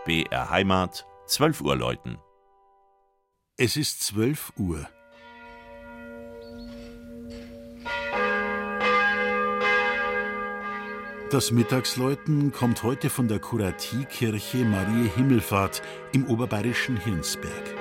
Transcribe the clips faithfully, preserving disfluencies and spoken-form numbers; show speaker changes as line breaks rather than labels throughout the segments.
B R Heimat, zwölf Uhr läuten.
Es ist zwölf Uhr. Das Mittagsläuten kommt heute von der Kuratiekirche Mariä Himmelfahrt im oberbayerischen Hirnsberg.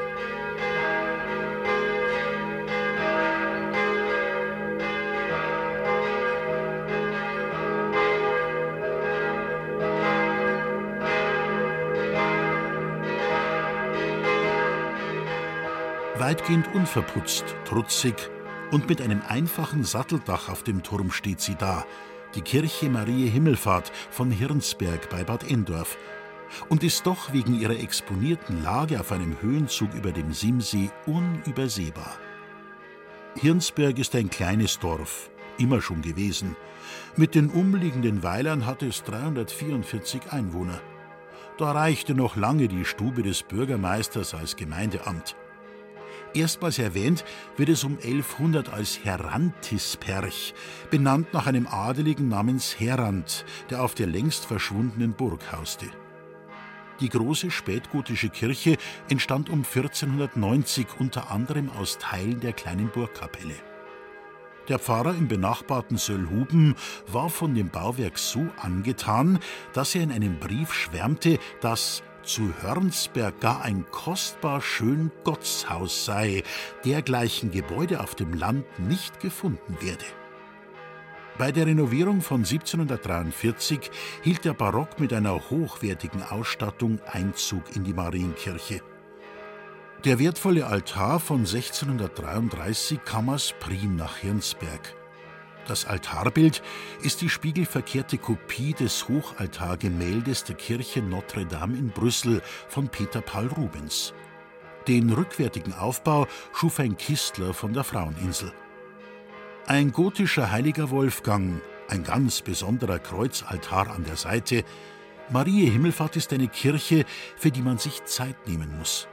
Weitgehend unverputzt, trutzig und mit einem einfachen Satteldach auf dem Turm steht sie da, die Kirche Mariä Himmelfahrt von Hirnsberg bei Bad Endorf, und ist doch wegen ihrer exponierten Lage auf einem Höhenzug über dem Simsee unübersehbar. Hirnsberg ist ein kleines Dorf, immer schon gewesen. Mit den umliegenden Weilern hatte es dreihundertvierundvierzig Einwohner. Da reichte noch lange die Stube des Bürgermeisters als Gemeindeamt. Erstmals erwähnt wird es um elfhundert als Herantisperch, benannt nach einem Adeligen namens Herrand, der auf der längst verschwundenen Burg hauste. Die große spätgotische Kirche entstand um vierzehnhundertneunzig unter anderem aus Teilen der kleinen Burgkapelle. Der Pfarrer im benachbarten Söllhuben war von dem Bauwerk so angetan, dass er in einem Brief schwärmte, dass zu Hörnsberg gar ein kostbar schön Gottshaus sei, dergleichen Gebäude auf dem Land nicht gefunden werde. Bei der Renovierung von siebzehnhundertdreiundvierzig hielt der Barock mit einer hochwertigen Ausstattung Einzug in die Marienkirche. Der wertvolle Altar von sechzehnhundertdreiunddreißig kam als Prim nach Hirnsberg. Das Altarbild ist die spiegelverkehrte Kopie des Hochaltargemäldes der Kirche Notre Dame in Brüssel von Peter Paul Rubens. Den rückwärtigen Aufbau schuf ein Kistler von der Fraueninsel. Ein gotischer Heiliger Wolfgang, ein ganz besonderer Kreuzaltar an der Seite. Mariä Himmelfahrt ist eine Kirche, für die man sich Zeit nehmen muss.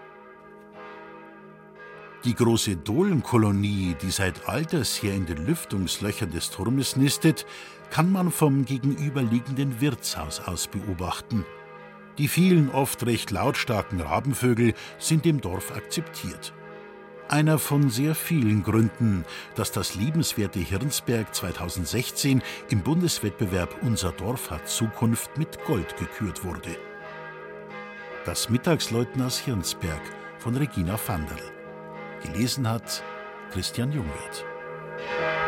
Die große Dohlenkolonie, die seit alters her in den Lüftungslöchern des Turmes nistet, kann man vom gegenüberliegenden Wirtshaus aus beobachten. Die vielen, oft recht lautstarken Rabenvögel sind im Dorf akzeptiert. Einer von sehr vielen Gründen, dass das liebenswerte Hirnsberg zweitausendsechzehn im Bundeswettbewerb Unser Dorf hat Zukunft mit Gold gekürt wurde. Das Mittagsläuten aus Hirnsberg von Regina Vanderl. Gelesen hat Christian Jungwirth.